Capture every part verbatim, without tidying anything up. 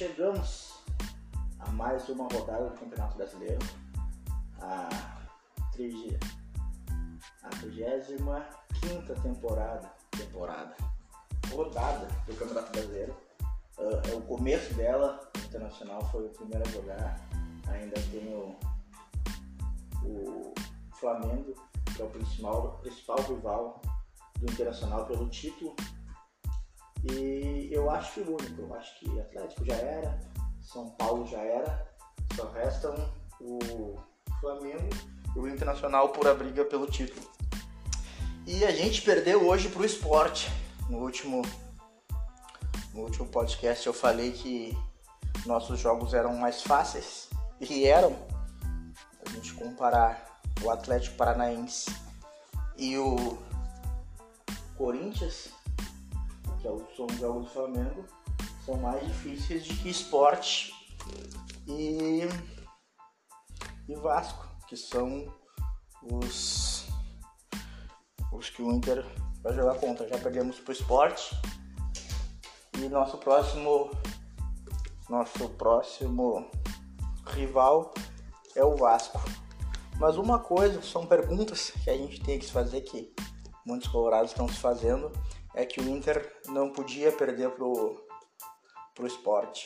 chegamos a mais uma rodada do Campeonato Brasileiro, a trigésima quinta temporada, temporada, rodada do Campeonato Brasileiro. Uh, é o começo dela, o Internacional foi o primeiro a jogar, ainda tem o, o Flamengo, que é o principal, principal rival do Internacional pelo título. E eu acho que o único, eu acho que Atlético já era, São Paulo já era, só restam o Flamengo e o Internacional por a briga pelo título. E a gente perdeu hoje pro Sport. No último, no último podcast eu falei que nossos jogos eram mais fáceis, e eram. A gente comparar o Atlético Paranaense e o Corinthians, que são os jogos do Flamengo, são mais difíceis de que Sport e, e Vasco, que são os, os que o Inter vai jogar contra. Já perdemos pro Sport e nosso próximo, nosso próximo rival é o Vasco. Mas uma coisa, são perguntas que a gente tem que se fazer, que muitos colorados estão se fazendo, é que o Inter não podia perder pro, pro Sport.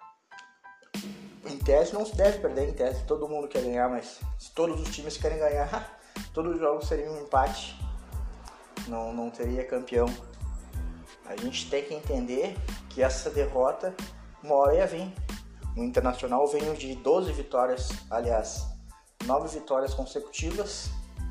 Em tese não se deve perder, em tese todo mundo quer ganhar, mas se todos os times querem ganhar, todos os jogos seriam um empate, não, não teria campeão. A gente tem que entender que essa derrota uma hora ia vir. O Internacional veio de doze vitórias, aliás, nove vitórias consecutivas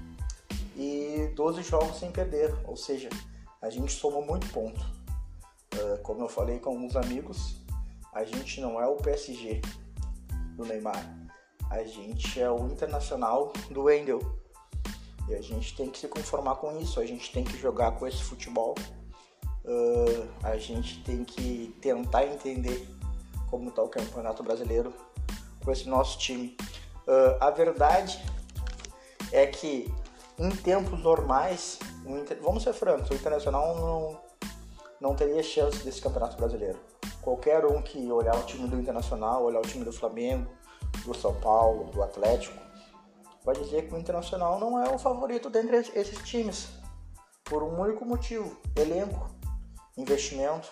e doze jogos sem perder, ou seja, a gente somou muito ponto. Uh, como eu falei com alguns amigos, a gente não é o P S G do Neymar, a gente é o Internacional do Wendel. E a gente tem que se conformar com isso, a gente tem que jogar com esse futebol, uh, a gente tem que tentar entender como está o Campeonato Brasileiro com esse nosso time. Uh, a verdade é que em tempos normais, o Inter, vamos ser francos, o Internacional não, não teria chance desse Campeonato Brasileiro. Qualquer um que olhar o time do Internacional, olhar o time do Flamengo, do São Paulo, do Atlético, vai dizer que o Internacional não é o favorito dentre esses times, por um único motivo: elenco, investimento.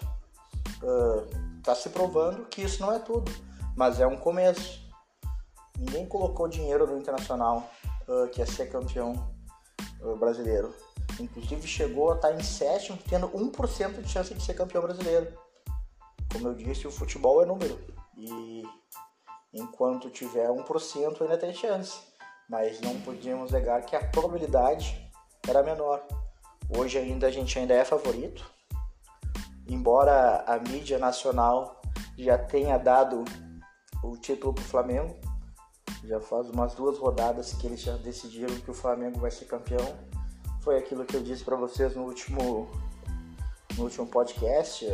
Está uh, se provando que isso não é tudo, mas é um começo. Ninguém colocou dinheiro no Internacional uh, que ia ser campeão brasileiro. Inclusive chegou a estar em sétimo, tendo um por cento de chance de ser campeão brasileiro. Como eu disse, o futebol é número, e enquanto tiver um por cento ainda tem chance, mas não podíamos negar que a probabilidade era menor. Hoje ainda a gente ainda é favorito, embora a mídia nacional já tenha dado o título para o Flamengo. Já faz umas duas rodadas que eles já decidiram que o Flamengo vai ser campeão. Foi aquilo que eu disse para vocês no último, no último podcast.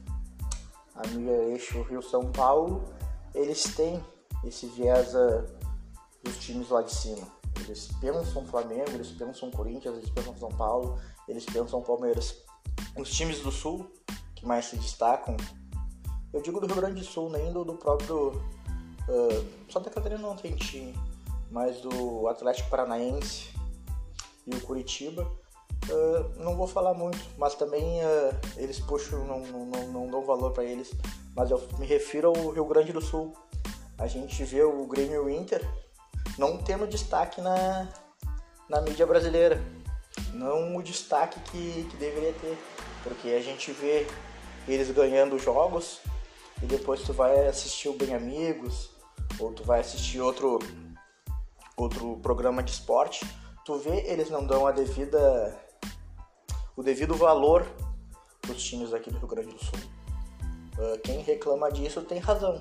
A minha eixo Rio-São Paulo, eles têm esse viés uh, dos times lá de cima. Eles pensam Flamengo, eles pensam Corinthians, eles pensam São Paulo, eles pensam Palmeiras. Os times do Sul que mais se destacam, eu digo do Rio Grande do Sul, nem do, do próprio... Uh, Santa Catarina não tem time, mas do Atlético Paranaense e o Curitiba, uh, não vou falar muito, mas também uh, eles puxam, não, não, não dão valor para eles, mas eu me refiro ao Rio Grande do Sul. A gente vê o Grêmio e o Inter não tendo destaque na, na mídia brasileira, não o destaque que, que deveria ter, porque a gente vê eles ganhando jogos e depois tu vai assistir o Bem Amigos, ou tu vai assistir outro, outro programa de esporte, tu vê, eles não dão a devida, o devido valor dos times aqui do Rio Grande do Sul. Uh, quem reclama disso tem razão.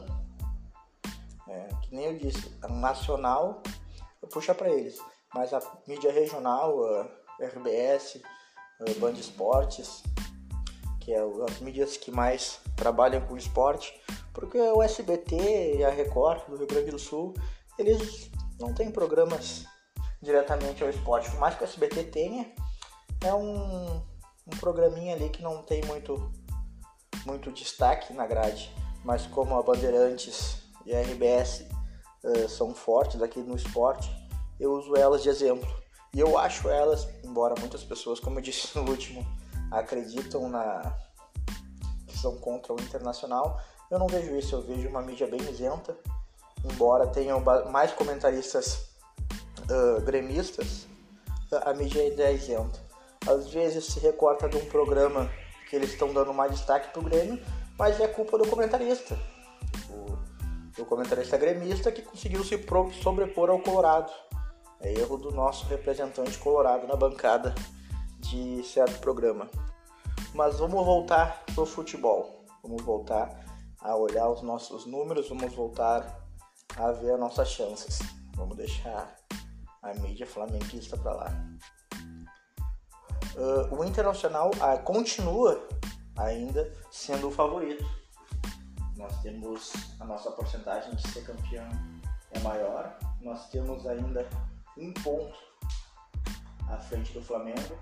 É, que nem eu disse, a nacional puxa para eles, mas a mídia regional, a R B S, a Band Esportes, que é as mídias que mais trabalham com esporte, porque o S B T e a Record do Rio Grande do Sul, eles não têm programas diretamente ao esporte. Por mais que o S B T tenha, é um, um programinha ali que não tem muito, muito destaque na grade. mas como a Bandeirantes e a R B S uh, são fortes aqui no esporte, eu uso elas de exemplo. E eu acho elas, embora muitas pessoas, como eu disse no último, acreditam na que são contra o Internacional, eu não vejo isso, eu vejo uma mídia bem isenta, embora tenham mais comentaristas uh, gremistas, a mídia ainda é isenta. Às vezes se recorta de um programa que eles estão dando mais destaque pro Grêmio, mas é culpa do comentarista, o, do comentarista gremista que conseguiu se sobrepor ao Colorado. É erro do nosso representante colorado na bancada de certo programa. Mas vamos voltar pro futebol. Vamos voltar a olhar os nossos números, vamos voltar a ver as nossas chances. Vamos deixar a mídia flamenguista para lá. Uh, o Internacional uh, continua ainda sendo o favorito. Nós temos a nossa porcentagem de ser campeão é maior. Nós temos ainda um ponto à frente do Flamengo.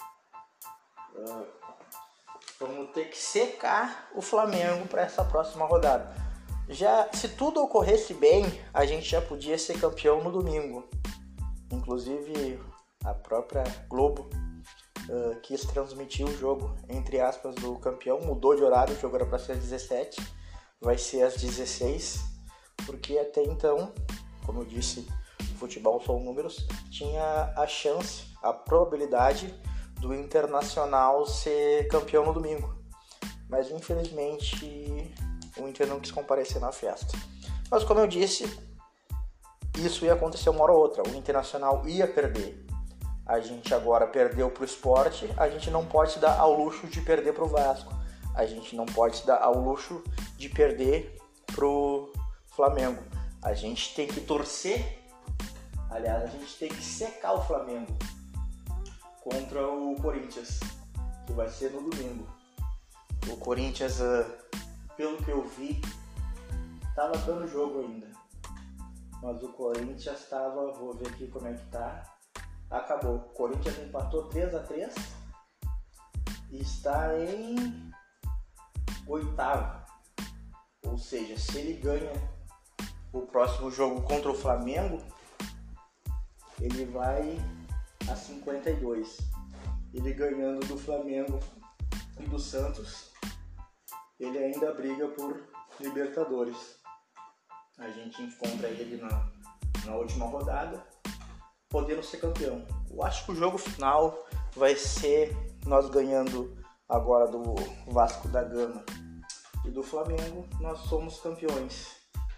Uh, vamos ter que secar o Flamengo para essa próxima rodada. Já, se tudo ocorresse bem, a gente já podia ser campeão no domingo. Inclusive, a própria Globo uh, quis transmitir o jogo, entre aspas, do campeão. Mudou de horário, o jogo era para ser às dezessete, vai ser às dezesseis, porque até então, como eu disse, futebol são números, tinha a chance, a probabilidade do Internacional ser campeão no domingo. Mas infelizmente o Inter não quis comparecer na festa. Mas como eu disse, isso ia acontecer uma hora ou outra. O Internacional ia perder. A gente agora perdeu pro Sport, a gente não pode se dar ao luxo de perder pro Vasco. A gente não pode se dar ao luxo de perder pro Flamengo. A gente tem que torcer. Aliás, a gente tem que secar o Flamengo contra o Corinthians, que vai ser no domingo. O Corinthians, uh, pelo que eu vi, estava dando jogo ainda. Mas o Corinthians estava, vou ver aqui como é que tá. Acabou. O Corinthians empatou três a três e está em oitavo. Ou seja, se ele ganha o próximo jogo contra o Flamengo, ele vai a cinquenta e dois. Ele ganhando do Flamengo e do Santos, ele ainda briga por Libertadores. A gente encontra ele na, na última rodada, podendo ser campeão. Eu acho que o jogo final vai ser nós ganhando agora do Vasco da Gama e do Flamengo, nós somos campeões.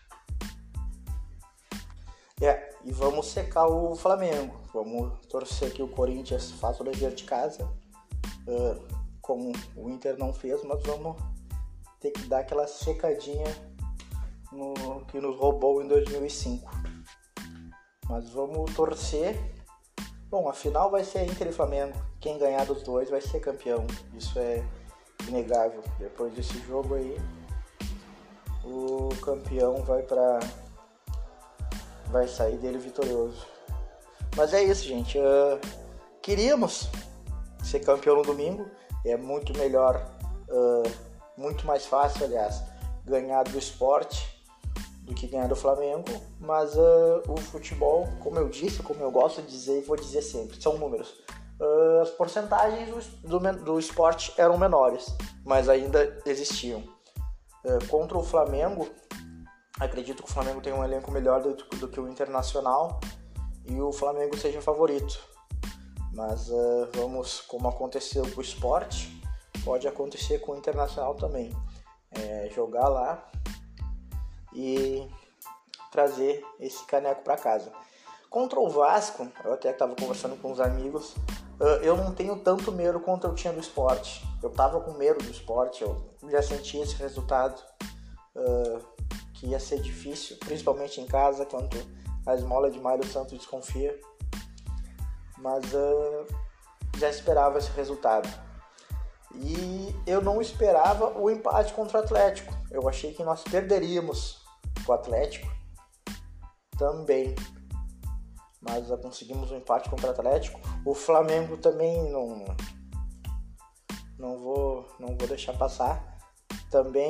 É, e vamos secar o Flamengo. Vamos torcer que o Corinthians faça o dever de casa, uh, como o Inter não fez, mas vamos ter que dar aquela secadinha no, que nos roubou em dois mil e cinco. Mas vamos torcer. Bom, a final vai ser Inter e Flamengo. Quem ganhar dos dois vai ser campeão. Isso é inegável. Depois desse jogo aí, o campeão vai para vai sair dele vitorioso. Mas é isso, gente. Uh, queríamos ser campeão no domingo. É muito melhor, uh, muito mais fácil, aliás, ganhar do Sport do que ganhar do Flamengo. Mas uh, o futebol, como eu disse, como eu gosto de dizer e vou dizer sempre, são números. Uh, as porcentagens do, do, do Sport eram menores, mas ainda existiam. Uh, contra o Flamengo, acredito que o Flamengo tem um elenco melhor do, do que o Internacional e o Flamengo seja favorito. Mas uh, vamos, como aconteceu com o Sport, pode acontecer com o Internacional também. É, jogar lá e trazer esse caneco para casa. Contra o Vasco, eu até estava conversando com os amigos, uh, eu não tenho tanto medo quanto eu tinha do Sport. Eu estava com medo do Sport, eu já senti esse resultado. Uh, que ia ser difícil, principalmente em casa, quando a esmola de Mário Santos desconfia. Mas uh, já esperava esse resultado. E eu não esperava o empate contra o Atlético. Eu achei que nós perderíamos o Atlético também. Mas uh, conseguimos um empate contra o Atlético. O Flamengo também não, não, vou, não vou deixar passar. Também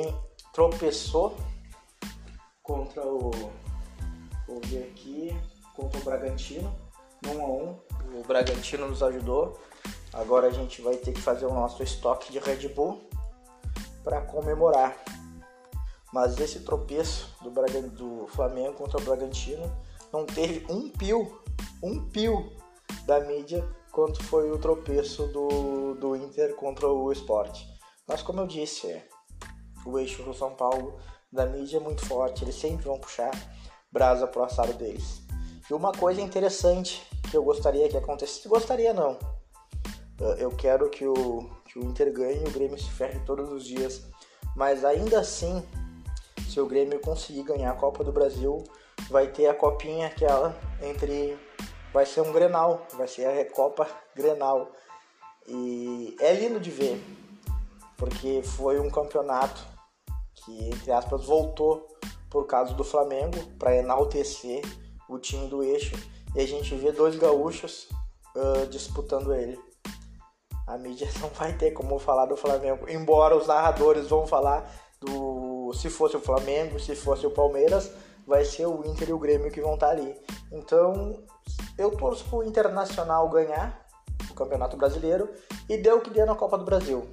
tropeçou contra o, vou ver aqui, contra o Bragantino, um a um. O Bragantino nos ajudou. Agora a gente vai ter que fazer o nosso estoque de Red Bull para comemorar. Mas esse tropeço do, Braga, do Flamengo contra o Bragantino não teve um pio, um pio da mídia quanto foi o tropeço do, do Inter contra o Sport. Mas como eu disse, é, o eixo do São Paulo da mídia é muito forte, eles sempre vão puxar brasa pro assado deles. E uma coisa interessante que eu gostaria que acontecesse, gostaria não, eu quero que o, que o Inter ganhe e o Grêmio se ferre todos os dias, mas ainda assim, se o Grêmio conseguir ganhar a Copa do Brasil, vai ter a copinha aquela entre, vai ser um Grenal, vai ser a Recopa Grenal, e é lindo de ver, porque foi um campeonato que, entre aspas, voltou por causa do Flamengo para enaltecer o time do eixo, e a gente vê dois gaúchos uh, disputando ele. A mídia não vai ter como falar do Flamengo, embora os narradores vão falar do, se fosse o Flamengo, se fosse o Palmeiras, vai ser o Inter e o Grêmio que vão estar ali. Então eu torço pro Internacional ganhar o Campeonato Brasileiro e dê o que der na Copa do Brasil.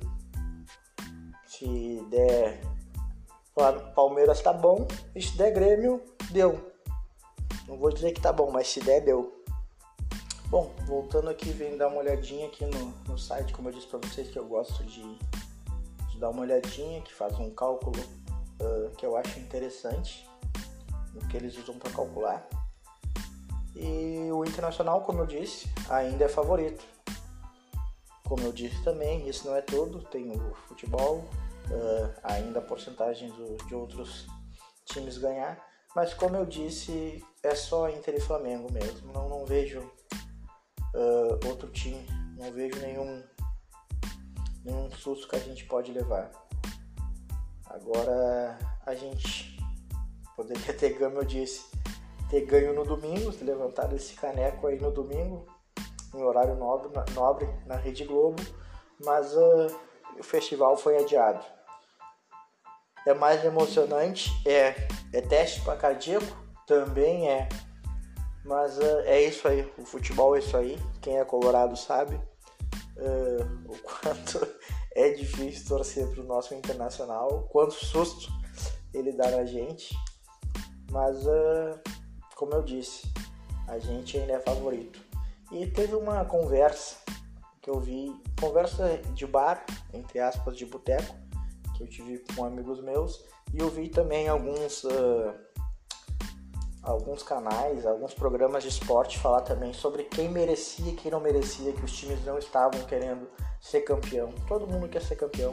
Se der Palmeiras tá bom, e se der Grêmio, deu. Não vou dizer que tá bom, mas se der, deu. Bom, voltando aqui, vem dar uma olhadinha aqui no, no site, como eu disse pra vocês que eu gosto de, de dar uma olhadinha, que faz um cálculo uh, que eu acho interessante, no que eles usam para calcular. E o Internacional, como eu disse, ainda é favorito. Como eu disse também, isso não é tudo, tem o futebol, uh, ainda a porcentagem do, de outros times ganhar, mas como eu disse, é só Inter e Flamengo mesmo, não, não vejo uh, outro time, não vejo nenhum, nenhum susto que a gente pode levar. Agora a gente poderia ter, como eu disse, ter ganho no domingo, ter levantado esse caneco aí no domingo, em horário nobre, nobre na Rede Globo, mas uh, o festival foi adiado. É mais emocionante, é, é teste para cardíaco, também é, mas uh, é isso aí, o futebol é isso aí, quem é colorado sabe uh, o quanto é difícil torcer para o nosso Internacional, quanto susto ele dá na gente, mas uh, como eu disse, a gente ainda é favorito. E teve uma conversa que eu vi, conversa de bar, entre aspas, de boteco, que eu tive com amigos meus, e eu vi também alguns, uh, alguns canais, alguns programas de esporte falar também sobre quem merecia e quem não merecia, que os times não estavam querendo ser campeão. Todo mundo quer ser campeão,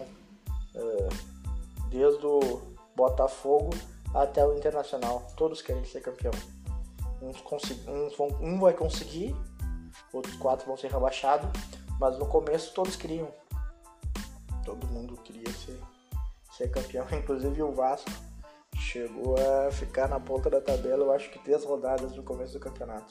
uh, desde o Botafogo até o Internacional, todos querem ser campeão. Uns consegu- uns vão, um vai conseguir, outros quatro vão ser rebaixados, mas no começo todos queriam. Todo mundo queria ser, ser campeão, inclusive o Vasco chegou a ficar na ponta da tabela, eu acho que três rodadas no começo do campeonato.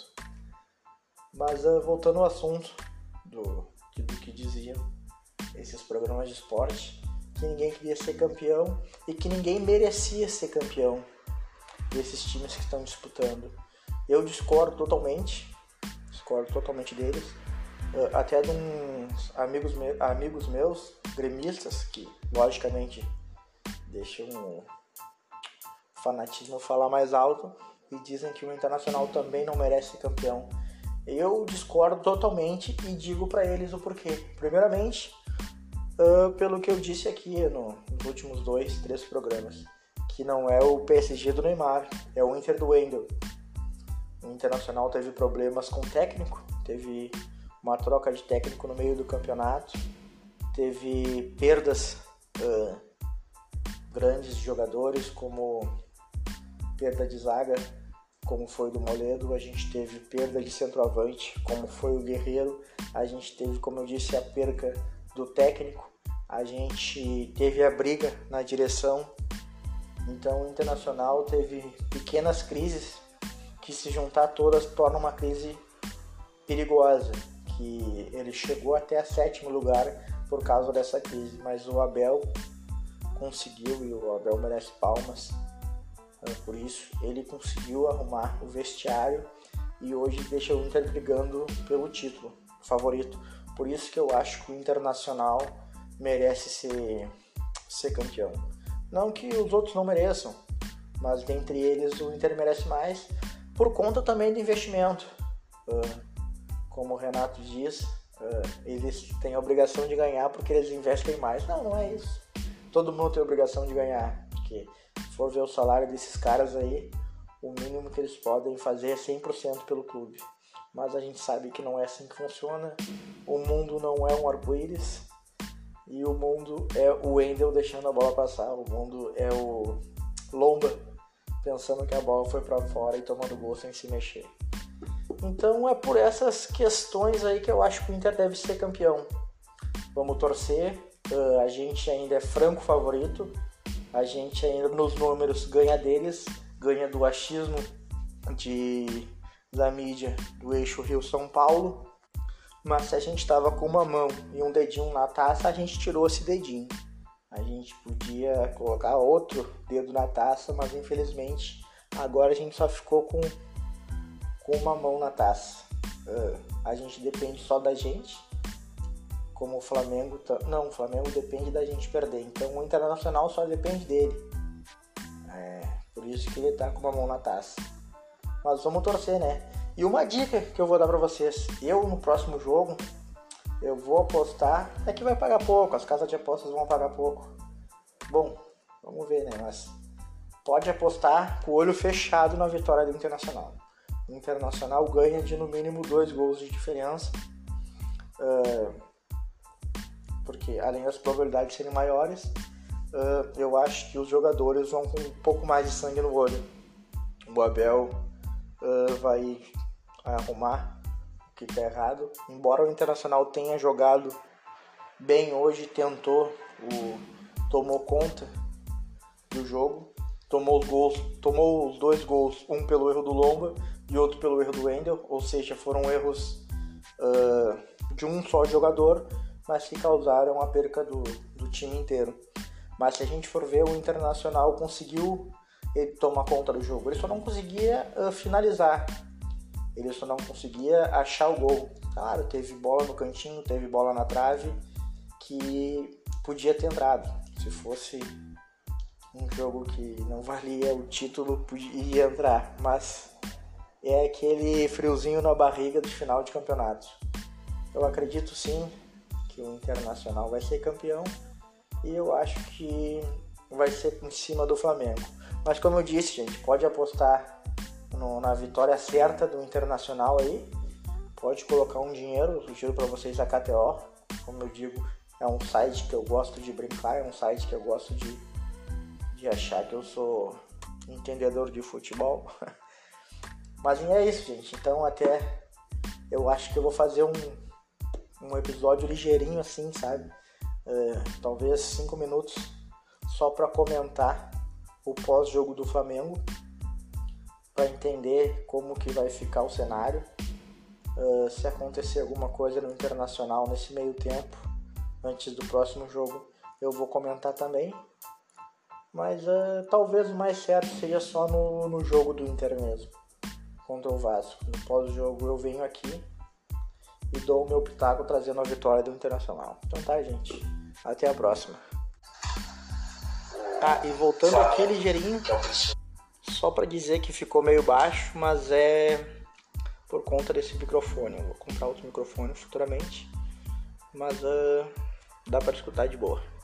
Mas uh, voltando ao assunto do, do que diziam esses programas de esporte, que ninguém queria ser campeão e que ninguém merecia ser campeão desses times que estão disputando. Eu discordo totalmente, discordo totalmente deles, até de uns amigos, me- amigos meus, gremistas, que logicamente deixam o fanatismo falar mais alto e dizem que o Internacional também não merece ser campeão. Eu discordo totalmente e digo para eles o porquê. Primeiramente, uh, pelo que eu disse aqui no, nos últimos dois, três programas, que não é o P S G do Neymar, é o Inter do Wendel. O Internacional teve problemas com o técnico, teve uma troca de técnico no meio do campeonato, teve perdas uh, grandes de jogadores, como perda de zaga, como foi do Moledo, a gente teve perda de centroavante, como foi o Guerreiro, a gente teve, como eu disse, a perca do técnico, a gente teve a briga na direção. Então o Internacional teve pequenas crises que, se juntar todas, torna uma crise perigosa, que ele chegou até a sétimo lugar por causa dessa crise, mas o Abel conseguiu, e o Abel merece palmas uh, por isso. Ele conseguiu arrumar o vestiário e hoje deixa o Inter brigando pelo título, favorito. Por isso que eu acho que o Internacional merece ser, ser campeão. Não que os outros não mereçam, mas dentre eles o Inter merece mais, por conta também do investimento. Uh, como o Renato diz, uh, eles têm a obrigação de ganhar porque eles investem mais. Não, não é isso. Todo mundo tem a obrigação de ganhar, porque se for ver o salário desses caras aí, o mínimo que eles podem fazer é cem por cento pelo clube. Mas a gente sabe que não é assim que funciona. O mundo não é um arco-íris e o mundo é o Wendel deixando a bola passar. O mundo é o Lomba pensando que a bola foi para fora e tomando gol sem se mexer. Então é por essas questões aí que eu acho que o Inter deve ser campeão. Vamos torcer. Uh, a gente ainda é franco favorito. A gente ainda nos números ganha deles, ganha do achismo de... da mídia do eixo Rio-São Paulo, mas se a gente estava com uma mão e um dedinho na taça, a gente tirou esse dedinho. A gente podia colocar outro dedo na taça, mas infelizmente agora a gente só ficou com, com uma mão na taça. Uh, a gente depende só da gente, como o Flamengo... Tá... Não, o Flamengo depende da gente perder, então o Internacional só depende dele. É, por isso que ele tá com uma mão na taça. Mas vamos torcer, né? E uma dica que eu vou dar pra vocês. Eu, no próximo jogo, eu vou apostar... É que vai pagar pouco, as casas de apostas vão pagar pouco. Bom, vamos ver, né? Mas pode apostar com o olho fechado na vitória do Internacional. O Internacional ganha de, no mínimo, dois gols de diferença. Uh, porque, além das probabilidades serem maiores, uh, eu acho que os jogadores vão com um pouco mais de sangue no olho. O Abel... Uh, vai arrumar o que está errado. Embora o Internacional tenha jogado bem hoje, tentou, o, tomou conta do jogo, tomou os gols, tomou os dois gols, um pelo erro do Lomba e outro pelo erro do Wendel, ou seja, foram erros uh, de um só jogador, mas que causaram a perca do, do time inteiro. Mas se a gente for ver, o Internacional conseguiu ele tomar conta do jogo. Ele só não conseguia uh, finalizar. Ele só não conseguia achar o gol. Claro, teve bola no cantinho, teve bola na trave que podia ter entrado. Se fosse um jogo que não valia o título, podia entrar. Mas é aquele friozinho na barriga do final de campeonato. Eu acredito sim que o Internacional vai ser campeão e eu acho que vai ser em cima do Flamengo. Mas como eu disse, gente, pode apostar no, na vitória certa do Internacional aí. Pode colocar um dinheiro, eu sugiro para vocês a K T O. Como eu digo, é um site que eu gosto de brincar, é um site que eu gosto de, de achar que eu sou entendedor de futebol. Mas é isso, gente. Então até eu acho que eu vou fazer um, um episódio ligeirinho assim, sabe? É, talvez cinco minutos só para comentar o pós-jogo do Flamengo, para entender como que vai ficar o cenário, uh, se acontecer alguma coisa no Internacional nesse meio tempo, antes do próximo jogo, eu vou comentar também, mas uh, talvez o mais certo seja só no, no jogo do Inter mesmo, contra o Vasco. No pós-jogo eu venho aqui e dou o meu pitaco trazendo a vitória do Internacional. Então tá, gente, até a próxima. Ah, e voltando aqui ligeirinho, só para dizer que ficou meio baixo, mas é por conta desse microfone. Eu vou comprar outro microfone futuramente, mas uh, dá para escutar de boa.